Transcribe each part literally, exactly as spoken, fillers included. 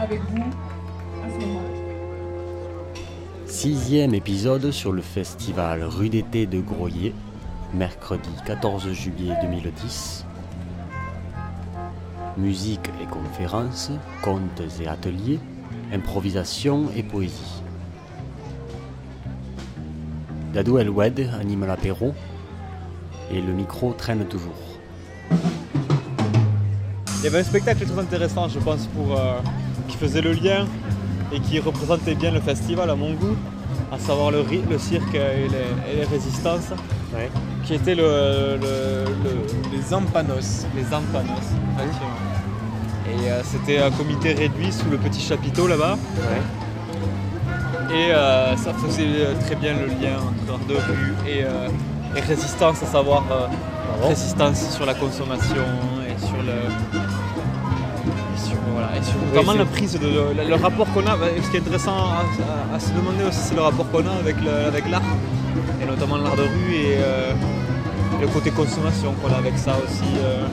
avec vous à ce moment-là. Sixième épisode sur le festival Rue d'été de Groyer, mercredi quatorze juillet deux mille dix. Musique et conférences, contes et ateliers, improvisation et poésie. Dadou El Oued anime l'apéro et le micro traîne toujours. Il y avait un spectacle très intéressant, je pense, pour, euh, qui faisait le lien et qui représentait bien le festival à mon goût, à savoir le, le cirque et les, et les résistances, ouais. Qui était le, le, le, les Zampanos. Les Zampanos, effectivement. Et euh, c'était un comité réduit sous le petit chapiteau là-bas. Ouais. Et euh, ça faisait très bien le lien entre art de rue et, euh, et résistance, à savoir euh, résistance sur la consommation et sur le... Sur, voilà, et sur oui, vraiment la prise de le, le rapport qu'on a. Ce qui est intéressant à, à, à se demander aussi, c'est le rapport qu'on a avec, le, avec l'art, et notamment l'art de rue et, euh, et le côté consommation qu'on a avec ça aussi. Euh.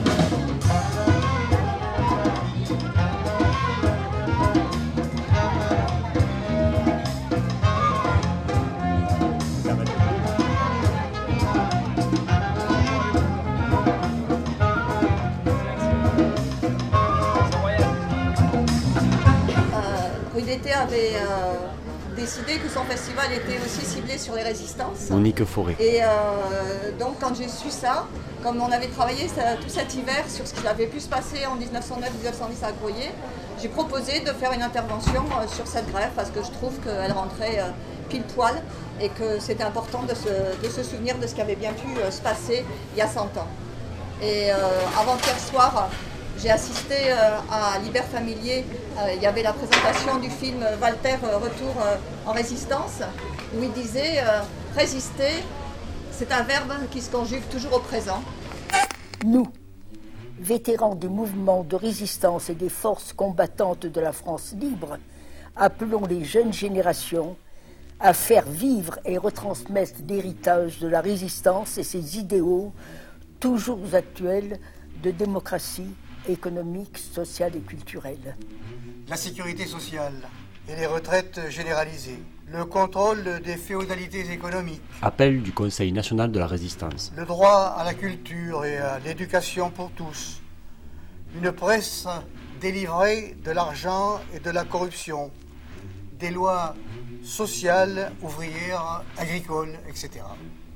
Rue d'été avait euh, décidé que son festival était aussi ciblé sur les résistances. Monique Forêt. Et euh, donc quand j'ai su ça, comme on avait travaillé ça, tout cet hiver sur ce qui avait pu se passer en dix-neuf cent neuf dix-neuf cent dix à Groyer, j'ai proposé de faire une intervention euh, sur cette grève parce que je trouve qu'elle rentrait euh, pile poil et que c'était important de se, de se souvenir de ce qui avait bien pu euh, se passer il y a cent ans. Et euh, avant-hier soir, j'ai assisté euh, à l'Hiver Familier, euh, il y avait la présentation du film Walter euh, Retour euh, en résistance, où il disait euh, « résister, c'est un verbe qui se conjugue toujours au présent ». Nous, vétérans des mouvements de résistance et des forces combattantes de la France libre, appelons les jeunes générations à faire vivre et retransmettre l'héritage de la résistance et ses idéaux toujours actuels de démocratie économique, sociale et culturelle. La sécurité sociale et les retraites généralisées, le contrôle des féodalités économiques. Appel du Conseil national de la résistance. Le droit à la culture et à l'éducation pour tous. Une presse délivrée de l'argent et de la corruption. Des lois sociales, ouvrières, agricoles, et cetera.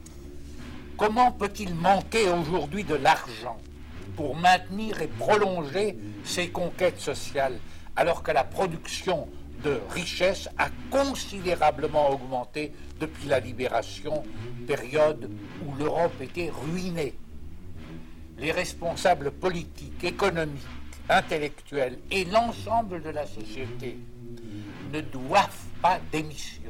Comment peut-il manquer aujourd'hui de l'argent pour maintenir et prolonger ces conquêtes sociales, alors que la production de richesses a considérablement augmenté depuis la libération, période où l'Europe était ruinée. Les responsables politiques, économiques, intellectuels et l'ensemble de la société ne doivent pas démissionner,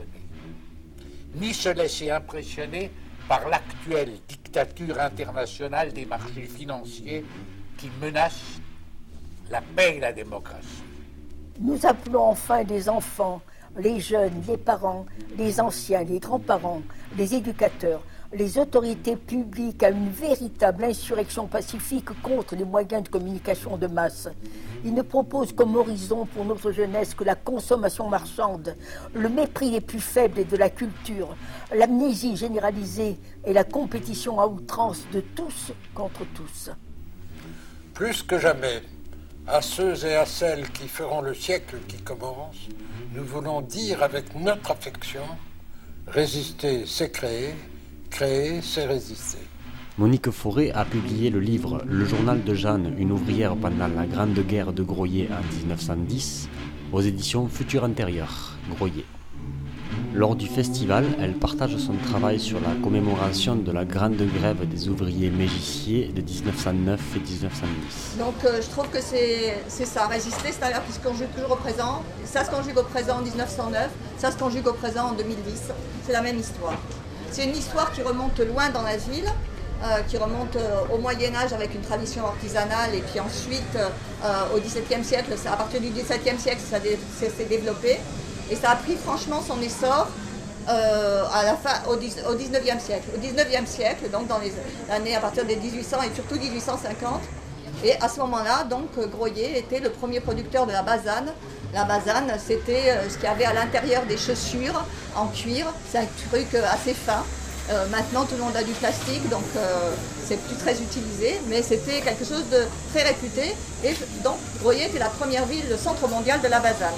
ni se laisser impressionner par l'actuelle dictature internationale des marchés financiers qui menace la paix et la démocratie. Nous appelons enfin les enfants, les jeunes, les parents, les anciens, les grands-parents, les éducateurs, les autorités publiques à une véritable insurrection pacifique contre les moyens de communication de masse. Ils ne proposent comme horizon pour notre jeunesse que la consommation marchande, le mépris des plus faibles et de la culture, l'amnésie généralisée et la compétition à outrance de tous contre tous. Plus que jamais, à ceux et à celles qui feront le siècle qui commence, nous voulons dire avec notre affection, résister c'est créer, créer c'est résister. Monique Forêt a publié le livre « Le journal de Jeanne, une ouvrière pendant la Grande Guerre de Groyer en dix-neuf cent dix » aux éditions Futur Antérieur, Groyer. Lors du festival, elle partage son travail sur la commémoration de la Grande Grève des ouvriers mégissiers de dix-neuf cent neuf et dix-neuf cent dix. Donc euh, je trouve que c'est, c'est ça, résister, c'est-à-dire qu'il se conjugue toujours au présent. Ça se conjugue au présent en dix-neuf cent neuf, ça se conjugue au présent en deux mille dix. C'est la même histoire. C'est une histoire qui remonte loin dans la ville, euh, qui remonte euh, au Moyen-Âge avec une tradition artisanale et puis ensuite euh, au dix-septième siècle, c'est à partir du dix-septième siècle ça s'est développé. Et ça a pris franchement son essor euh, à la fin, au, au dix-neuvième siècle. Au dix-neuvième siècle, donc dans les années à partir des dix-huit cents et surtout dix-huit cent cinquante, Et à ce moment-là, donc, Groyer était le premier producteur de la basane. La basane, c'était euh, ce qu'il y avait à l'intérieur des chaussures en cuir. C'est un truc euh, assez fin. Euh, maintenant, tout le monde a du plastique, donc euh, c'est plus très utilisé. Mais c'était quelque chose de très réputé. Et donc, Groyer était la première ville, le centre mondial de la basane.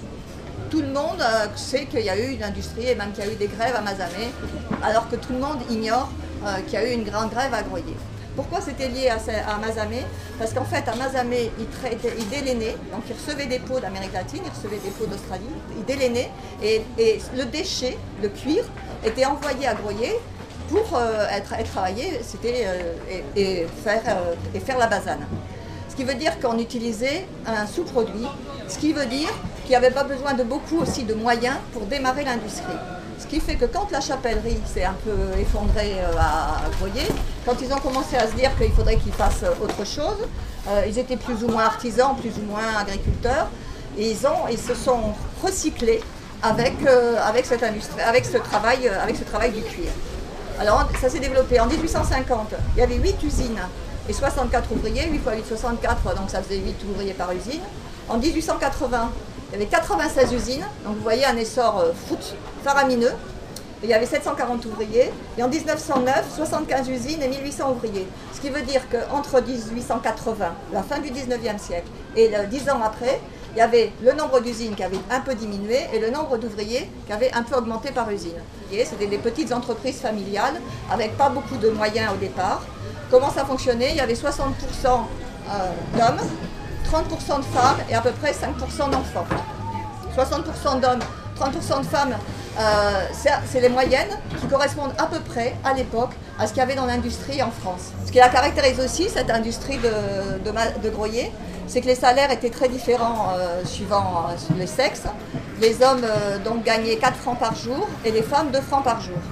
Tout le monde euh, sait qu'il y a eu une industrie et même qu'il y a eu des grèves à Mazamet, alors que tout le monde ignore euh, qu'il y a eu une grande grève à Groyer. Pourquoi c'était lié à, à Mazamet? Parce qu'en fait, à Mazamet, ils, ils délainaient, donc ils recevaient des pots d'Amérique latine, ils recevaient des pots d'Australie, ils délainaient, et, et le déchet, le cuir, était envoyé à Groyer pour euh, être, être travaillé c'était, euh, et, et, faire, euh, et faire la basane. Ce qui veut dire qu'on utilisait un sous-produit, ce qui veut dire qu'il n'y avait pas besoin de beaucoup aussi de moyens pour démarrer l'industrie. Ce qui fait que quand la chapellerie s'est un peu effondrée à Groyer, quand ils ont commencé à se dire qu'il faudrait qu'ils fassent autre chose, euh, ils étaient plus ou moins artisans, plus ou moins agriculteurs, et ils, ont, ils se sont recyclés avec, euh, avec cette industrie, avec ce travail, euh, avec ce travail du cuir. Alors ça s'est développé en dix-huit cent cinquante, il y avait huit usines et soixante-quatre ouvriers, huit fois huit, soixante-quatre, donc ça faisait huit ouvriers par usine. En dix-huit cent quatre-vingts, il y avait quatre-vingt-seize usines, donc vous voyez un essor euh, foot faramineux. Il y avait sept cent quarante ouvriers. Et en dix-neuf cent neuf, soixante-quinze usines et mille huit cents ouvriers. Ce qui veut dire qu'entre dix-huit cent quatre-vingts, la fin du dix-neuvième siècle, et euh, dix ans après, il y avait le nombre d'usines qui avait un peu diminué et le nombre d'ouvriers qui avait un peu augmenté par usine. C'était des petites entreprises familiales avec pas beaucoup de moyens au départ. Comment ça fonctionnait? Il y avait soixante pour cent euh, d'hommes, trente pour cent de femmes et à peu près cinq pour cent d'enfants. soixante pour cent d'hommes, trente pour cent de femmes, euh, c'est les moyennes qui correspondent à peu près à l'époque à ce qu'il y avait dans l'industrie en France. Ce qui la caractérise aussi, cette industrie de, de, de Groyer, c'est que les salaires étaient très différents euh, suivant euh, les sexes. Les hommes euh, donc gagnaient quatre francs par jour et les femmes deux francs par jour.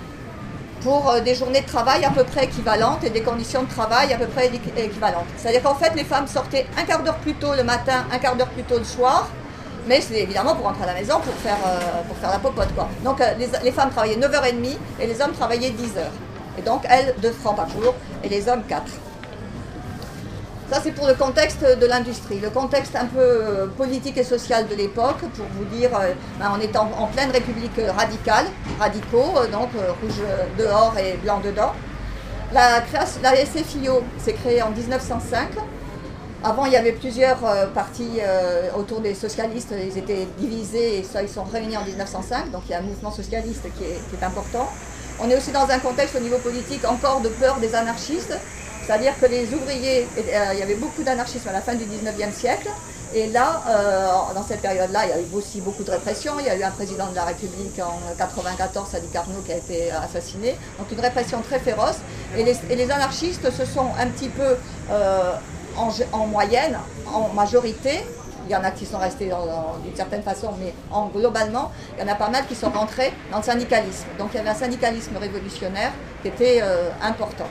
Pour euh, des journées de travail à peu près équivalentes et des conditions de travail à peu près équivalentes. C'est-à-dire qu'en fait, les femmes sortaient un quart d'heure plus tôt le matin, un quart d'heure plus tôt le soir, mais c'est évidemment pour rentrer à la maison pour faire, euh, pour faire la popote, quoi. Donc euh, les, les femmes travaillaient neuf heures trente et les hommes travaillaient dix heures. Et donc elles, deux francs par jour et les hommes quatre. Ça, c'est pour le contexte de l'industrie, le contexte un peu politique et social de l'époque, pour vous dire, ben, on est en, en pleine république radicale, radicaux, donc rouge dehors et blanc dedans. La, création, la S F I O s'est créée en dix-neuf cent cinq. Avant, il y avait plusieurs euh, partis euh, autour des socialistes, ils étaient divisés et ça, ils sont réunis en dix-neuf cent cinq, donc il y a un mouvement socialiste qui est, qui est important. On est aussi dans un contexte au niveau politique encore de peur des anarchistes. C'est-à-dire que les ouvriers, euh, il y avait beaucoup d'anarchisme à la fin du dix-neuvième siècle, et là, euh, dans cette période-là, il y a eu aussi beaucoup de répression. Il y a eu un président de la République en mille neuf cent quatre-vingt-quatorze, Sadi Carnot, qui a été assassiné. Donc une répression très féroce. Et les, et les anarchistes se sont un petit peu, euh, en, en moyenne, en majorité, il y en a qui sont restés d'une certaine façon, mais en, globalement, il y en a pas mal qui sont rentrés dans le syndicalisme. Donc il y avait un syndicalisme révolutionnaire qui était euh, important.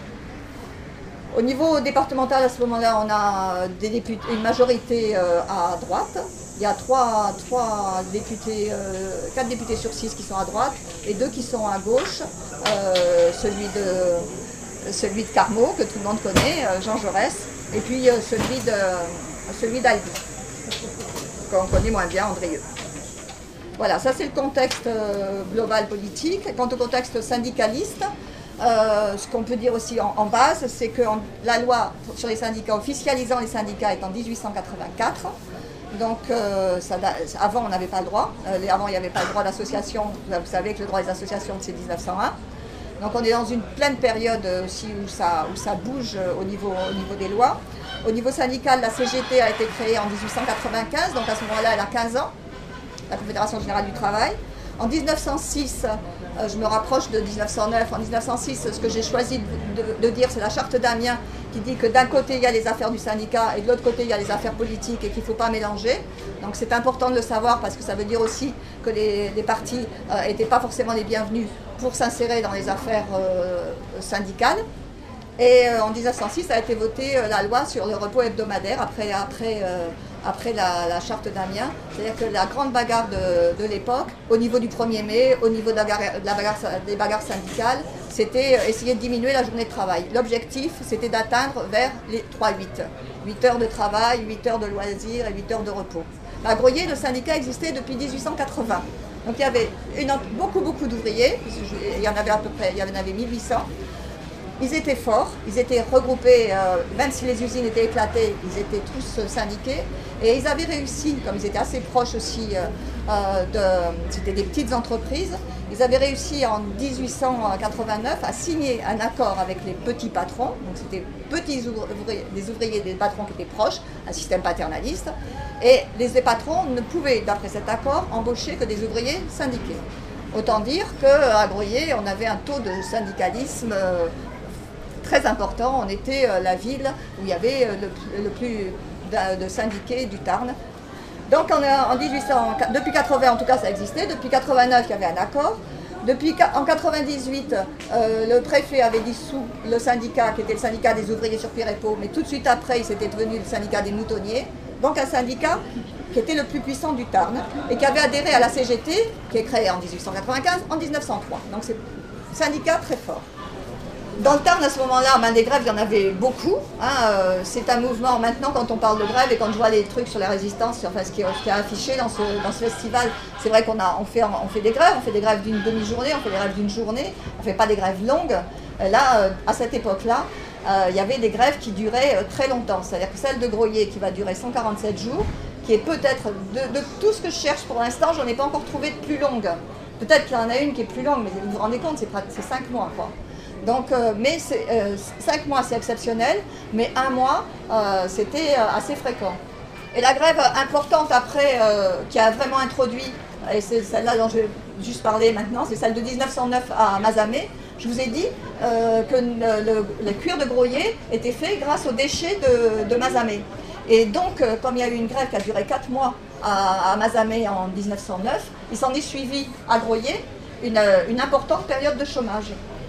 Au niveau départemental, à ce moment-là, on a des députés, une majorité euh, à droite. Il y a trois, trois députés, euh, quatre députés sur six qui sont à droite et deux qui sont à gauche. Euh, celui de, celui de Carmot, que tout le monde connaît, euh, Jean Jaurès, et puis euh, celui de, celui d'Albi, qu'on connaît moins bien, Andrieux. Voilà, ça c'est le contexte euh, global politique. Quant au contexte syndicaliste, Euh, ce qu'on peut dire aussi en, en base, c'est que en, la loi sur les syndicats, officialisant les syndicats, est en dix-huit cent quatre-vingt-quatre. Donc, euh, ça, avant, on n'avait pas le droit. Euh, avant, il n'y avait pas le droit d'association. Vous savez que le droit des associations, c'est dix-neuf cent un. Donc, on est dans une pleine période aussi où ça, où ça bouge au niveau, au niveau des lois. Au niveau syndical, la C G T a été créée en dix-huit cent quatre-vingt-quinze. Donc, à ce moment-là, elle a quinze ans, la Confédération Générale du Travail. En dix-neuf cent six, euh, je me rapproche de dix-neuf cent neuf, en dix-neuf cent six, ce que j'ai choisi de, de, de dire, c'est la charte d'Amiens qui dit que d'un côté, il y a les affaires du syndicat et de l'autre côté, il y a les affaires politiques et qu'il ne faut pas mélanger. Donc c'est important de le savoir parce que ça veut dire aussi que les, les partis n'étaient euh, pas forcément les bienvenus pour s'insérer dans les affaires euh, syndicales. Et euh, en mille neuf cent six a été votée euh, la loi sur le repos hebdomadaire après, après, euh, après la, la charte d'Amiens. C'est-à-dire que la grande bagarre de, de l'époque, au niveau du premier mai, au niveau de la, de la bagarre, des bagarres syndicales, c'était essayer de diminuer la journée de travail. L'objectif, c'était d'atteindre vers les trois huit. huit heures de travail, huit heures de loisirs et huit heures de repos. À Groyer, le syndicat existait depuis mille huit cent quatre-vingts. Donc il y avait une, beaucoup, beaucoup d'ouvriers, il y en avait à peu près, il y en avait mille huit cents. Ils étaient forts, ils étaient regroupés, euh, même si les usines étaient éclatées, ils étaient tous euh, syndiqués. Et ils avaient réussi, comme ils étaient assez proches aussi, euh, euh, de, c'était des petites entreprises, ils avaient réussi en mille huit cent quatre-vingt-neuf à signer un accord avec les petits patrons. Donc c'était petits ouvriers, des ouvriers, des patrons qui étaient proches, un système paternaliste. Et les patrons ne pouvaient, d'après cet accord, embaucher que des ouvriers syndiqués. Autant dire qu'à Groyer, on avait un taux de syndicalisme euh, très important. On était euh, la ville où il y avait euh, le, le plus de, de syndiqués du Tarn. Donc en, en mille huit cents, depuis quatre-vingts en tout cas ça existait, depuis quatre-vingt-neuf il y avait un accord. Depuis, en quatre-vingt-dix-huit, euh, le préfet avait dissous le syndicat qui était le syndicat des ouvriers sur Pirépau, mais tout de suite après il s'était devenu le syndicat des moutonniers. Donc un syndicat qui était le plus puissant du Tarn et qui avait adhéré à la C G T, qui est créée en mille huit cent quatre-vingt-quinze, en mille neuf cent trois. Donc c'est un syndicat très fort. Dans le Tarn, à ce moment-là, ben, des grèves, il y en avait beaucoup. Hein, euh, c'est un mouvement, maintenant, quand on parle de grève et quand je vois les trucs sur la résistance, enfin, ce qui est, ce qui est affiché dans ce, dans ce festival, c'est vrai qu'on a, on fait, on fait des grèves, on fait des grèves d'une demi-journée, on fait des grèves d'une journée, on ne fait pas des grèves longues. Là, euh, à cette époque-là, euh, il y avait des grèves qui duraient euh, très longtemps. C'est-à-dire que celle de Groyer, qui va durer cent quarante-sept jours, qui est peut-être, de, de tout ce que je cherche pour l'instant, je n'en ai pas encore trouvé de plus longue. Peut-être qu'il y en a une qui est plus longue, mais vous vous rendez compte, c'est cinq mois, quoi. Donc, euh, mais euh, cinq mois c'est exceptionnel, mais un mois euh, c'était euh, assez fréquent. Et la grève importante après, euh, qui a vraiment introduit, et c'est celle-là dont je vais juste parler maintenant, c'est celle de mille neuf cent neuf à Mazamet. Je vous ai dit euh, que le, le, le cuir de Groyer était fait grâce aux déchets de, de Mazamet. Et donc, euh, comme il y a eu une grève qui a duré quatre mois à, à Mazamet en mille neuf cent neuf, il s'en est suivi à Groyer une, une importante période de chômage.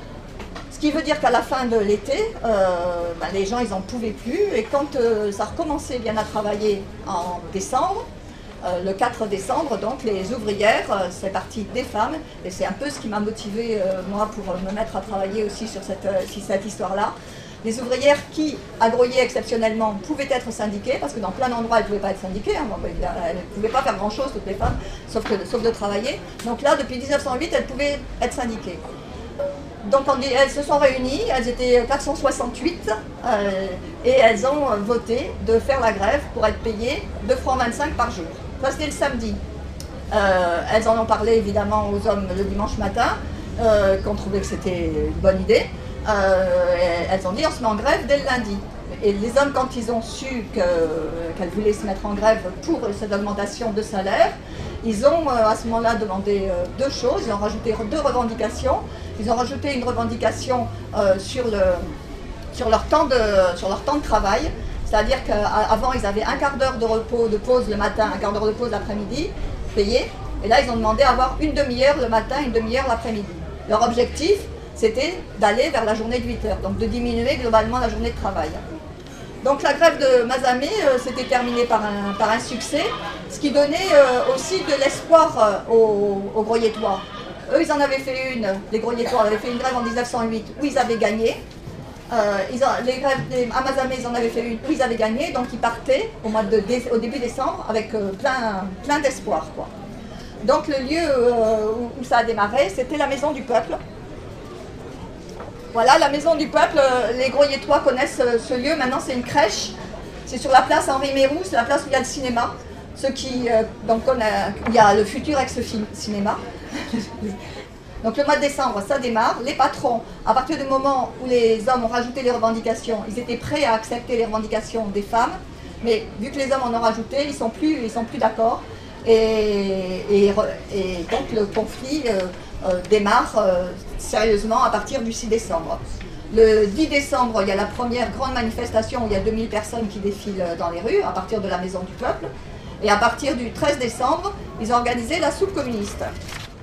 Ce qui veut dire qu'à la fin de l'été, euh, ben les gens ils n'en pouvaient plus et quand euh, ça recommençait bien à travailler en décembre, euh, le quatre décembre, donc les ouvrières, euh, c'est parti des femmes et c'est un peu ce qui m'a motivé euh, moi pour me mettre à travailler aussi sur cette, euh, sur cette histoire-là. Les ouvrières qui, à Groyer exceptionnellement, pouvaient être syndiquées, parce que dans plein d'endroits elles ne pouvaient pas être syndiquées, hein, elles ne pouvaient pas faire grand-chose toutes les femmes, sauf, que, sauf de travailler. Donc là, depuis mille neuf cent huit, elles pouvaient être syndiquées. Donc elles se sont réunies, elles étaient quatre cent soixante-huit euh, et elles ont voté de faire la grève pour être payées deux francs vingt-cinq par jour. Ça c'était le samedi. Euh, elles en ont parlé évidemment aux hommes le dimanche matin, euh, qui ont trouvé que c'était une bonne idée. Euh, elles ont dit on se met en grève dès le lundi. Et les hommes, quand ils ont su que, qu'elles voulaient se mettre en grève pour cette augmentation de salaire, ils ont euh, à ce moment-là demandé euh, deux choses. Ils ont rajouté deux revendications. Ils ont rajouté une revendication euh, sur, le, sur, leur temps de, sur leur temps de travail. C'est-à-dire qu'avant, ils avaient un quart d'heure de repos, de pause le matin, un quart d'heure de pause l'après-midi, payé. Et là, ils ont demandé à avoir une demi-heure le matin, une demi-heure l'après-midi. Leur objectif, c'était d'aller vers la journée de huit heures, donc de diminuer globalement la journée de travail. Donc la grève de Mazamet euh, s'était terminée par un, par un succès, ce qui donnait euh, aussi de l'espoir euh, aux, aux Groyetois. Eux, ils en avaient fait une, les Groyetois avaient fait une grève en mille neuf cent huit où ils avaient gagné. Euh, ils ont, les grèves des, à Mazamet, ils en avaient fait une où ils avaient gagné, donc ils partaient au, mois de, au début décembre avec euh, plein, plein d'espoir, quoi. Donc le lieu euh, où, où ça a démarré, c'était la Maison du Peuple. Voilà, la Maison du Peuple, les Groyetois connaissent ce lieu, maintenant c'est une crèche. C'est sur la place Henri Mérou, c'est la place où il y a le cinéma. Ceux qui, euh, donc on a, il y a le futur ex-cinéma. Donc le mois de décembre, ça démarre. Les patrons, à partir du moment où les hommes ont rajouté les revendications, ils étaient prêts à accepter les revendications des femmes. Mais vu que les hommes en ont rajouté, ils ne sont plus, ils sont plus d'accord. Et, et, et donc le conflit euh, euh, démarre euh, sérieusement à partir du six décembre. Le dix décembre, il y a la première grande manifestation où il y a deux mille personnes qui défilent dans les rues à partir de la Maison du Peuple. Et à partir du treize décembre, ils ont organisé la soupe communiste.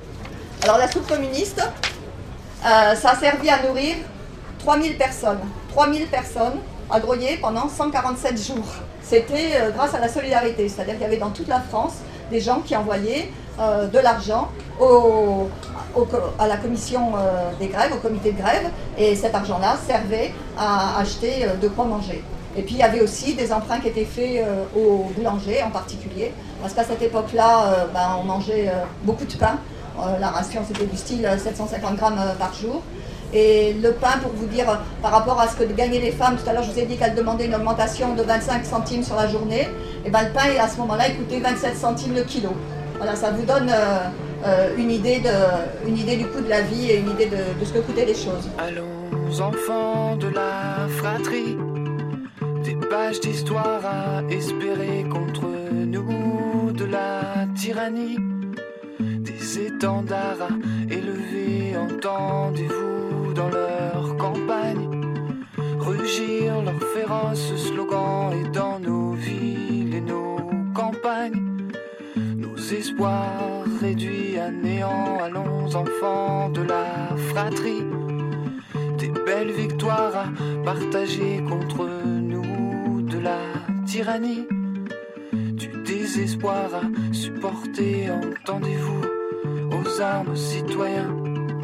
Alors la soupe communiste, euh, ça a servi à nourrir trois mille personnes. trois mille personnes à Groyer pendant cent quarante-sept jours. C'était euh, grâce à la solidarité, c'est-à-dire qu'il y avait dans toute la France des gens qui envoyaient euh, de l'argent au, au, à la commission euh, des grèves, au comité de grève, et cet argent-là servait à acheter euh, de quoi manger. Et puis il y avait aussi des emprunts qui étaient faits euh, aux boulangers en particulier, parce qu'à cette époque-là, euh, ben, on mangeait euh, beaucoup de pain. Euh, la ration, c'était du style sept cent cinquante grammes euh, par jour. Et le pain, pour vous dire, par rapport à ce que gagnaient les femmes, tout à l'heure je vous ai dit qu'elles demandaient une augmentation de vingt-cinq centimes sur la journée, et ben, le pain à ce moment-là il coûtait vingt-sept centimes le kilo. Voilà, ça vous donne euh, euh, une, idée de, une idée du coût de la vie et une idée de, de ce que coûtaient les choses. Allons enfants de la fratrie, des pages d'histoire à espérer contre nous, de la tyrannie, des étendards à élever, entendez-vous dans leur campagne rugir leurs féroces slogans, et dans nos villes et nos campagnes nos espoirs réduits à néant. Allons enfants de la fratrie, des belles victoires à partager contre nous, de la tyrannie, du désespoir à supporter, entendez-vous, aux armes citoyens.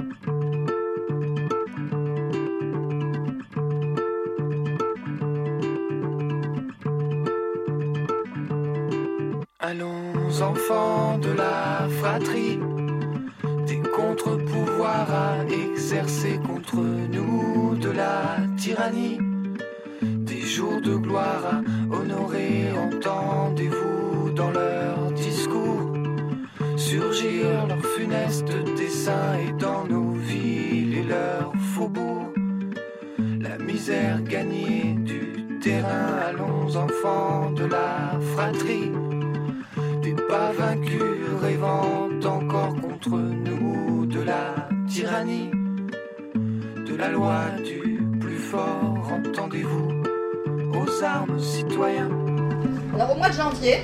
Allons enfants de la fratrie, des contre-pouvoirs à exercer contre nous, de la tyrannie, des jours de gloire à honorer, entendez-vous dans leurs discours surgir leurs funestes dessins, et dans nos villes et leurs faubourgs la misère gagnée du terrain. Allons enfants de la fratrie, des pas vaincus rêvant encore contre nous, de la tyrannie, de la loi du plus fort, entendez-vous, aux armes citoyens. Alors au mois de janvier,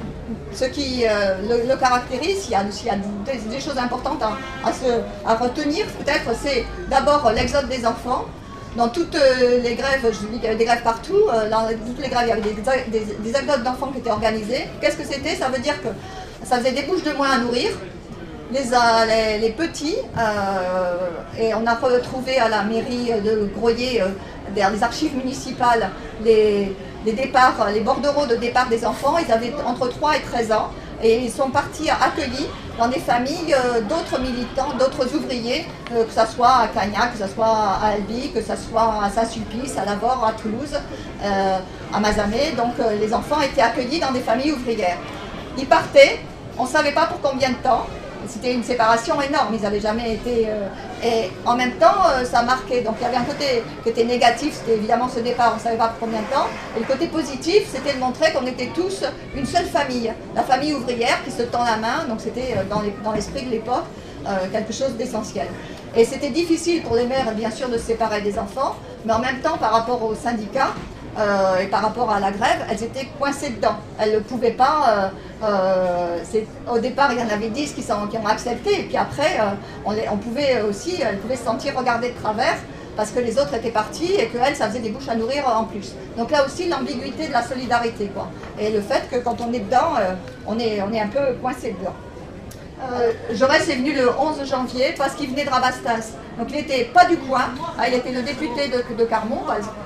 ce qui euh, le, le caractérise, il y a, il y a des, des choses importantes à, à, se, à retenir peut-être, c'est d'abord l'exode des enfants. Dans toutes les grèves, je dis qu'il y avait des grèves partout, dans toutes les grèves il y avait des, des, des exodes d'enfants qui étaient organisés. Qu'est-ce que c'était? Ça veut dire que ça faisait des bouches de moins à nourrir, les, les, les petits, euh, et on a retrouvé à la mairie de Groyer, euh, dans les archives municipales, les, les départs, les bordereaux de départ des enfants. Ils avaient entre trois et treize ans, et ils sont partis accueillis dans des familles euh, d'autres militants, d'autres ouvriers, euh, que ce soit à Cagnac, que ce soit à Albi, que ce soit à Saint-Sulpice, à Lavore, à Toulouse, euh, à Mazamet. Donc euh, les enfants étaient accueillis dans des familles ouvrières. Ils partaient, on ne savait pas pour combien de temps. C'était une séparation énorme, ils n'avaient jamais été... Euh, et en même temps, euh, ça marquait. Donc il y avait un côté qui était négatif, c'était évidemment ce départ, on ne savait pas pour combien de temps. Et le côté positif, c'était de montrer qu'on était tous une seule famille. La famille ouvrière qui se tend la main, donc c'était euh, dans, les, dans l'esprit de l'époque euh, quelque chose d'essentiel. Et c'était difficile pour les mères, bien sûr, de se séparer des enfants, mais en même temps, par rapport aux syndicats, Euh, et par rapport à la grève, elles étaient coincées dedans. Elles ne pouvaient pas... Euh, euh, c'est, au départ, il y en avait dix qui, sont, qui ont accepté, et puis après, euh, on, les, on pouvait aussi, elles pouvaient se sentir regardées de travers, parce que les autres étaient partis, et qu'elles, ça faisait des bouches à nourrir en plus. Donc là aussi, l'ambiguïté de la solidarité, quoi. Et le fait que quand on est dedans, euh, on, est, on est un peu coincé dedans. Euh, Jaurès est venu le onze janvier, parce qu'il venait de Rabastens. Donc il n'était pas du coin, ah, il était le député de, de Carmont, par exemple.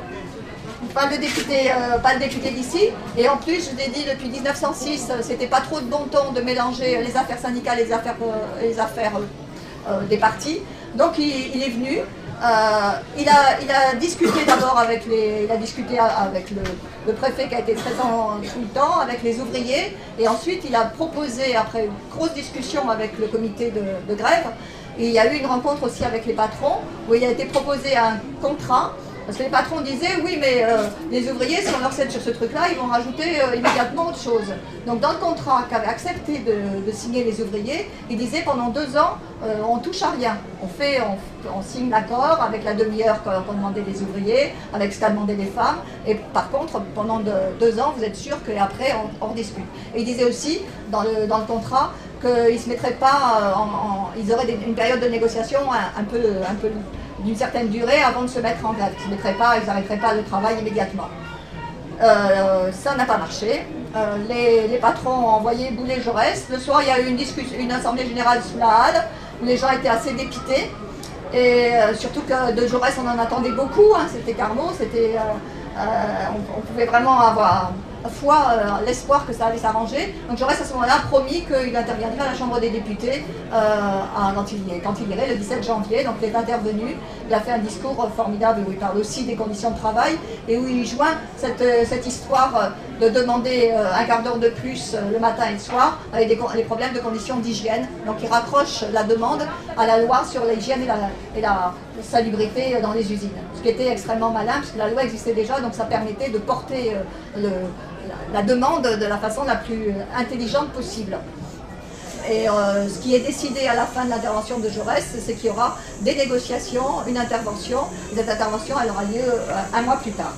Pas le député, euh, pas le député d'ici. Et en plus, je l'ai dit, depuis mille neuf cent six, c'était pas trop de bon ton de mélanger les affaires syndicales et les affaires, euh, les affaires euh, des partis. Donc il, il est venu. Euh, il, a, il a discuté d'abord avec les, il a discuté avec le, le préfet qui a été présent tout le temps, avec les ouvriers. Et ensuite, il a proposé, après une grosse discussion avec le comité de, de grève, et il y a eu une rencontre aussi avec les patrons, où il a été proposé un contrat. Parce que les patrons disaient, oui, mais euh, les ouvriers, si on leur cède sur ce truc-là, ils vont rajouter euh, immédiatement autre chose. Donc dans le contrat qu'avaient accepté de, de signer les ouvriers, ils disaient, pendant deux ans, euh, on touche à rien. On, fait, on, on signe l'accord avec la demi-heure qu'ont demandé les ouvriers, avec ce qu'a demandé les femmes. Et par contre, pendant de, deux ans, vous êtes sûr qu'après, on, on discute. Et ils disaient aussi, dans le, dans le contrat, qu'ils se mettraient pas en, en, ils auraient des, une période de négociation un, un peu, un peu d'une certaine durée avant de se mettre en grève. Ils ne se mettraient pas, ils n'arrêteraient pas le travail immédiatement. Euh, ça n'a pas marché. Euh, les, les patrons ont envoyé bouler Jaurès. Le soir, il y a eu une, discussion, une assemblée générale sous la halle où les gens étaient assez dépités. Et euh, surtout que de Jaurès, on en attendait beaucoup. Hein, c'était Carnot, c'était, euh, euh, on, on pouvait vraiment avoir foi, euh, l'espoir que ça allait s'arranger. Donc Jaurès, à ce moment-là, a promis qu'il interviendrait à la Chambre des députés euh, à, quand, il, quand il irait, le dix-sept janvier. Donc il est intervenu, il a fait un discours formidable où il parle aussi des conditions de travail et où il joint cette, cette histoire de demander un quart d'heure de plus le matin et le soir avec des, les problèmes de conditions d'hygiène. Donc il raccroche la demande à la loi sur l'hygiène et la, et la salubrité dans les usines. Ce qui était extrêmement malin puisque la loi existait déjà, donc ça permettait de porter le la demande de la façon la plus intelligente possible. Et euh, ce qui est décidé à la fin de l'intervention de Jaurès, c'est qu'il y aura des négociations, une intervention. Et cette intervention, elle aura lieu euh, un mois plus tard.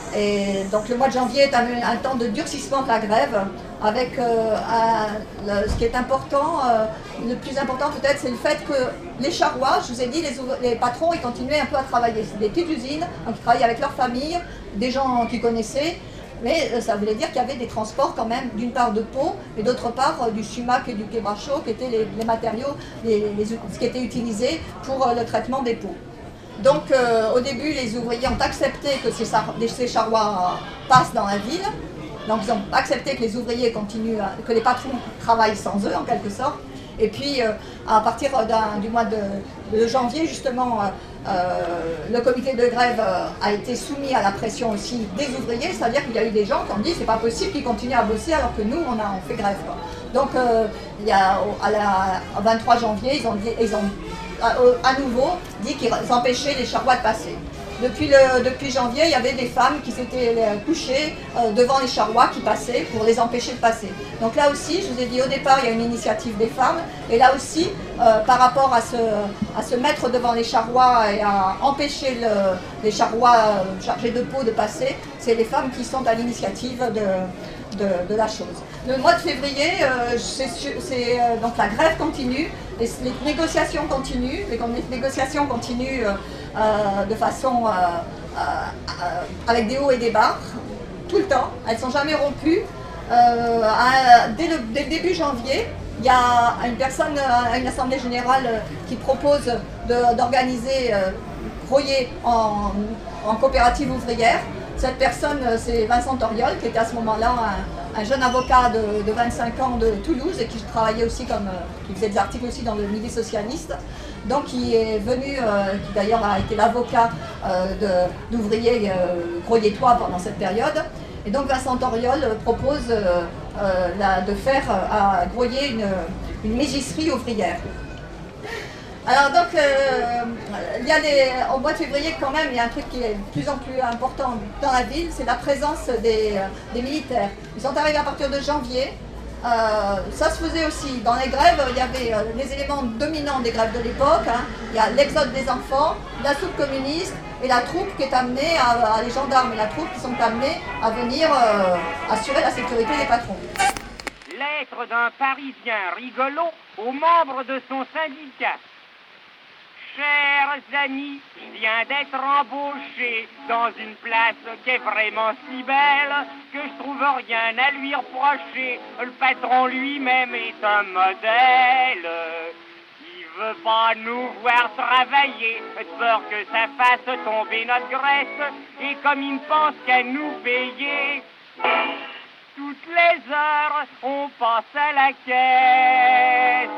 Et donc le mois de janvier est un, un temps de durcissement de la grève, avec euh, un, le, ce qui est important, euh, le plus important peut-être, c'est le fait que les charrois, je vous ai dit, les, les patrons, ils continuaient un peu à travailler. C'est des petites usines, donc ils travaillaient avec leur famille, des gens qu'ils connaissaient. Mais ça voulait dire qu'il y avait des transports quand même, d'une part de peau, et d'autre part euh, du sumac et du quebracho, qui étaient les, les matériaux, les, les, ce qui était utilisé pour euh, le traitement des peaux. Donc euh, au début, les ouvriers ont accepté que ces, ces charrois passent dans la ville. Donc ils ont accepté que les ouvriers continuent, à, que les patrons travaillent sans eux en quelque sorte. Et puis euh, à partir du mois de, de janvier, justement, euh, le comité de grève euh, a été soumis à la pression aussi des ouvriers, c'est-à-dire qu'il y a eu des gens qui ont dit c'est pas possible qu'ils continuent à bosser alors que nous on a on fait grève. Quoi. Donc euh, il y a, à la, au vingt-trois janvier, ils ont, ils ont à, à nouveau dit qu'ils empêchaient les charrois de passer. Depuis, le, depuis janvier, il y avait des femmes qui s'étaient couchées euh, devant les charrois qui passaient pour les empêcher de passer. Donc là aussi, je vous ai dit au départ, il y a une initiative des femmes. Et là aussi, euh, par rapport à se, à se mettre devant les charrois et à empêcher le, les charrois euh, chargés de peau de passer, c'est les femmes qui sont à l'initiative de, de, de la chose. Le mois de février, euh, c'est, c'est, euh, donc la grève continue, les, les négociations continuent, les, les négociations continuent euh, Euh, de façon euh, euh, euh, avec des hauts et des bas, tout le temps, elles ne sont jamais rompues. Euh, à, dès, le, dès le début janvier, il y a une personne à une assemblée générale qui propose de, d'organiser euh, Groyer en, en coopérative ouvrière. Cette personne, c'est Vincent Toriol, qui était à ce moment-là un, un jeune avocat de, de vingt-cinq ans de Toulouse et qui travaillait aussi comme, qui faisait des articles aussi dans le milieu socialiste. Donc il est venu, euh, qui d'ailleurs a été l'avocat euh, de, d'ouvriers euh, groyétois pendant cette période. Et donc Vincent Toriol propose euh, euh, la, de faire à Groyer une, une mégisserie ouvrière. Alors donc, euh, il y a des, au mois de février quand même, il y a un truc qui est de plus en plus important dans la ville, c'est la présence des, des militaires. Ils sont arrivés à partir de janvier. Euh, ça se faisait aussi. Dans les grèves, il y avait euh, les éléments dominants des grèves de l'époque. Hein. Il y a l'exode des enfants, la soupe communiste et la troupe qui est amenée, à, à les gendarmes et la troupe qui sont amenés à venir euh, assurer la sécurité des patrons. Lettre d'un Parisien rigolo aux membres de son syndicat. Chers amis, je viens d'être embauché dans une place qui est vraiment si belle que je trouve rien à lui reprocher. Le patron lui-même est un modèle. Il veut pas nous voir travailler, de peur que ça fasse tomber notre graisse. Et comme il ne pense qu'à nous payer, toutes les heures, on passe à la caisse.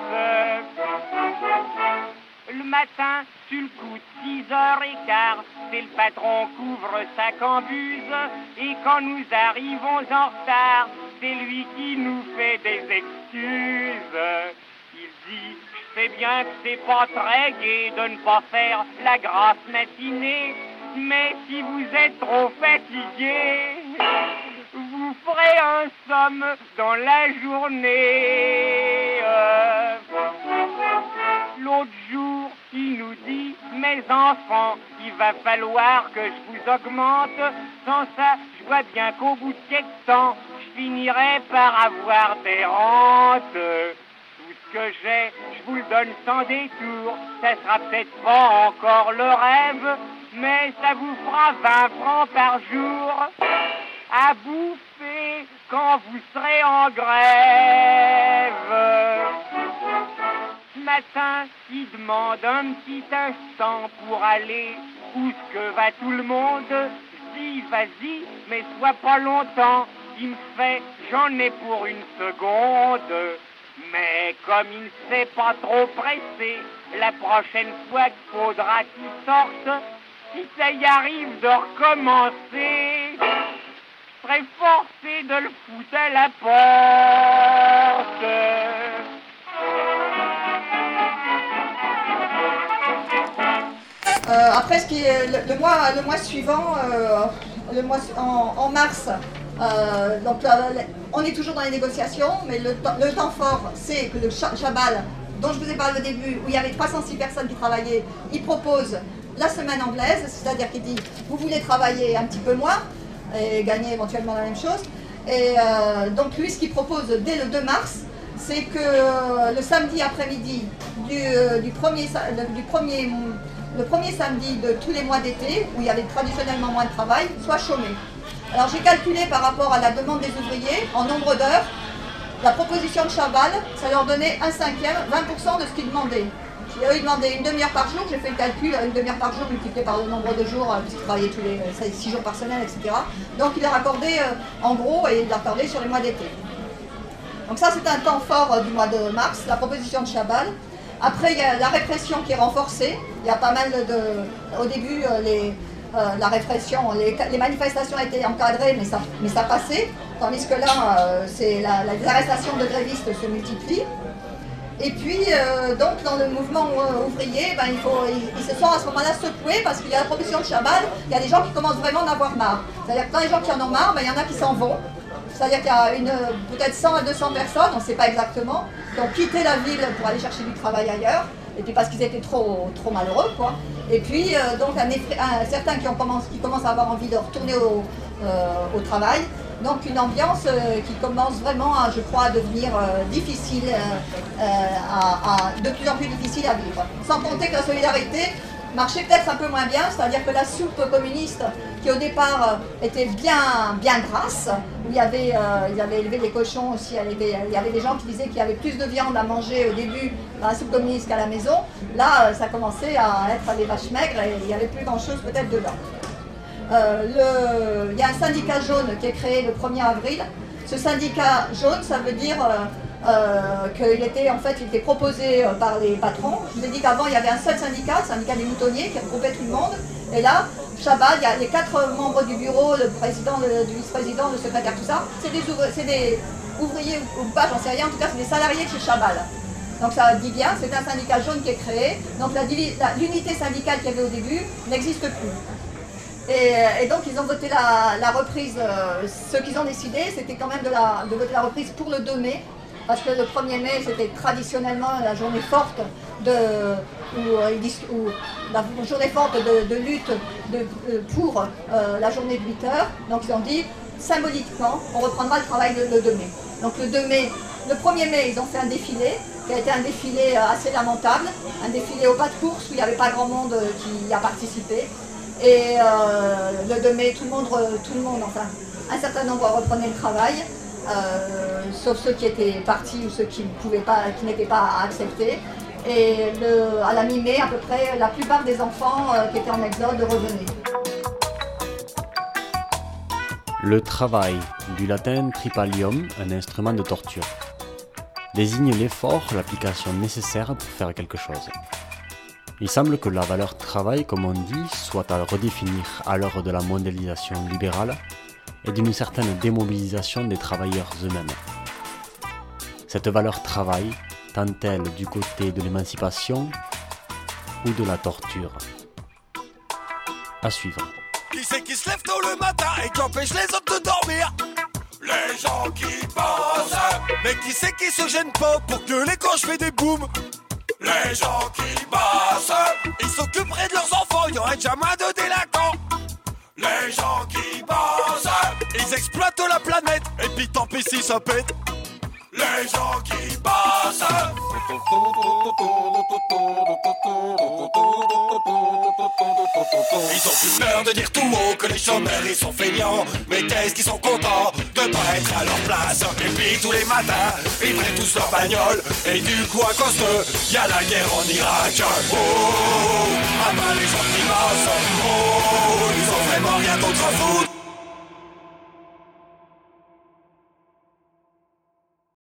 Le matin, sur le coup de six heures quinze, c'est le patron couvre sa cambuse. Et quand nous arrivons en retard, c'est lui qui nous fait des excuses. Il dit, je sais bien que c'est pas très gai de ne pas faire la grasse matinée, mais si vous êtes trop fatigué, vous ferez un somme dans la journée. Euh, L'autre jour, il nous dit, mes enfants, il va falloir que je vous augmente. Sans ça, je vois bien qu'au bout de quelques temps, je finirai par avoir des rentes. Tout que j'ai, je vous le donne sans détour. Ça sera peut-être pas encore le rêve, mais ça vous fera vingt francs par jour à bouffer quand vous serez en grève. Ce matin, il demande un petit instant pour aller où ce que va tout le monde. Je dis vas-y, mais sois pas longtemps. Il me fait j'en ai pour une seconde. Mais comme il ne s'est pas trop pressé, la prochaine fois qu'il faudra qu'il sorte, si ça y arrive de recommencer, je serai forcé de le foutre à la porte. Euh, après, ce qui est le, le mois, le mois suivant, euh, le mois en, en mars, euh, donc là, on est toujours dans les négociations, mais le, le temps fort, c'est que le Chabal, dont je vous ai parlé au début, où il y avait trois cent six personnes qui travaillaient, il propose la semaine anglaise, c'est-à-dire qu'il dit vous voulez travailler un petit peu moins et gagner éventuellement la même chose. Et euh, donc lui, ce qu'il propose dès le deux mars, c'est que euh, le samedi après-midi du, euh, du premier, du premier le premier samedi de tous les mois d'été, où il y avait traditionnellement moins de travail, soit chômé. Alors j'ai calculé par rapport à la demande des ouvriers, en nombre d'heures, la proposition de Chabal, ça leur donnait un cinquième, vingt pour cent de ce qu'ils demandaient. Eux, ils demandaient une demi-heure par jour, j'ai fait le calcul, une demi-heure par jour multiplié par le nombre de jours, puisqu'ils travaillaient tous les six jours par semaine, et cetera. Donc il leur accordait en gros, et il leur accordait sur les mois d'été. Donc ça c'est un temps fort du mois de mars, la proposition de Chabal. Après, il y a la répression qui est renforcée. Il y a pas mal de... Au début, les, euh, la répression, les, les manifestations étaient encadrées, mais ça, mais ça passait. Tandis que là, euh, c'est la, la, les arrestations de grévistes se multiplient. Et puis, euh, donc, dans le mouvement euh, ouvrier, ben, il faut, ils, ils se sont à ce moment-là secoués parce qu'il y a la proposition de Chabal. Il y a des gens qui commencent vraiment d'en avoir marre. C'est-à-dire que dans les gens qui en ont marre, ben, il y en a qui s'en vont. C'est-à-dire qu'il y a une, peut-être cent à deux cents personnes, on ne sait pas exactement, qui ont quitté la ville pour aller chercher du travail ailleurs, et puis parce qu'ils étaient trop, trop malheureux, quoi. Et puis, euh, donc, un effet, un, certains qui, ont commencé, qui commencent à avoir envie de retourner au, euh, au travail. Donc, une ambiance euh, qui commence vraiment, à, je crois, à devenir euh, difficile, euh, euh, à, à, de plus en plus difficile à vivre. Sans compter que la solidarité marchait peut-être un peu moins bien, c'est-à-dire que la soupe communiste, qui au départ euh, était bien, bien grasse, où il y avait, euh, il y avait élevé des cochons aussi, il y avait, il y avait des gens qui disaient qu'il y avait plus de viande à manger au début dans la soupe communiste qu'à la maison. Là, euh, ça commençait à être des vaches maigres et il n'y avait plus grand-chose peut-être dedans. Euh, le, il y a un syndicat jaune qui est créé le premier avril. Ce syndicat jaune, ça veut dire... Euh, Euh, qu'il était en fait il était proposé euh, par les patrons. Je vous ai dit qu'avant il y avait un seul syndicat, le syndicat des moutonniers, qui regroupait tout le monde. Et là, Chabal, il y a les quatre membres du bureau, le président, le, le vice-président, le secrétaire, tout ça. C'est des, ouvri c'est des ouvriers ou pas, j'en sais rien. En tout cas, c'est des salariés de chez Chabal. Donc ça dit bien, c'est un syndicat jaune qui est créé. Donc l'unité syndicale qu'il y avait au début n'existe plus. Et, et donc ils ont voté la, la reprise. Euh, ce qu'ils ont décidé, c'était quand même de, la, de voter la reprise pour le deux mai. Parce que le premier mai, c'était traditionnellement la journée forte de, où, où, la journée forte de, de lutte de, pour euh, la journée de huit heures. Donc ils ont dit, symboliquement, on reprendra le travail le, le deux mai. Donc le deux mai, le premier mai, ils ont fait un défilé, qui a été un défilé assez lamentable, un défilé au pas de course où il n'y avait pas grand monde qui y a participé. Et euh, le deux mai, tout le monde, tout le monde, enfin, un certain nombre reprenait le travail. Euh, sauf ceux qui étaient partis ou ceux qui pouvaient pas, qui n'étaient pas acceptés. Et le, à la mi-mai, à peu près, la plupart des enfants euh, qui étaient en exode revenaient. Le travail, du latin tripalium, un instrument de torture, désigne l'effort, l'application nécessaire pour faire quelque chose. Il semble que la valeur travail, comme on dit, soit à redéfinir à l'heure de la mondialisation libérale et d'une certaine démobilisation des travailleurs eux-mêmes. Cette valeur travail tend-elle du côté de l'émancipation ou de la torture? À suivre. Qui c'est qui se lève tôt le matin et qui empêche les autres de dormir? Les gens qui pensent. Mais qui c'est qui se gêne pas pour que les cloches fait des booms? Les gens qui bossent. Ils s'occuperaient de leurs enfants, il y aurait jamais de délinquants. Les gens qui bossent, ils exploitent la planète, et puis tant pis si ça pète. Les gens qui bossent, Ils ont plus peur de dire tout haut que les chômeurs ils sont feignants. Mais qu'est-ce qu'ils sont contents de pas être à leur place. Et puis tous les matins, ils prennent tous leur bagnole. Et du coup à cause d'eux, y'a la guerre en Irak. Oh, ah bah les gens qui bossent, oh, ils ont vraiment rien d'autre à foutre